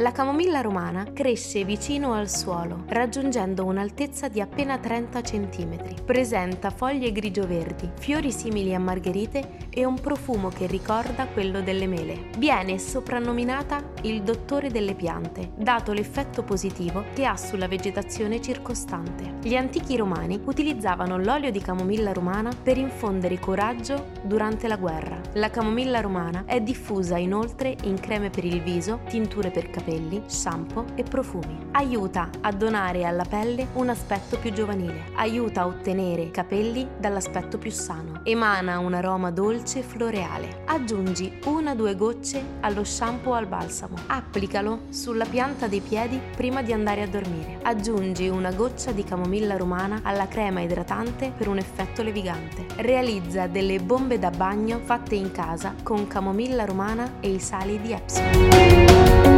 La camomilla romana cresce vicino al suolo, raggiungendo un'altezza di appena 30 cm. Presenta foglie grigio-verdi, fiori simili a margherite e un profumo che ricorda quello delle mele. Viene soprannominata il dottore delle piante, dato l'effetto positivo che ha sulla vegetazione circostante. Gli antichi romani utilizzavano l'olio di camomilla romana per infondere coraggio durante la guerra. La camomilla romana è diffusa inoltre in creme per il viso, tinture per capelli, shampoo e profumi. Aiuta a donare alla pelle un aspetto più giovanile. Aiuta a ottenere capelli dall'aspetto più sano. Emana un aroma dolce e floreale. Aggiungi 1-2 gocce allo shampoo o al balsamo. Applicalo sulla pianta dei piedi prima di andare a dormire. Aggiungi una goccia di camomilla romana alla crema idratante per un effetto levigante. Realizza delle bombe da bagno fatte in casa con camomilla romana e i sali di Epsom.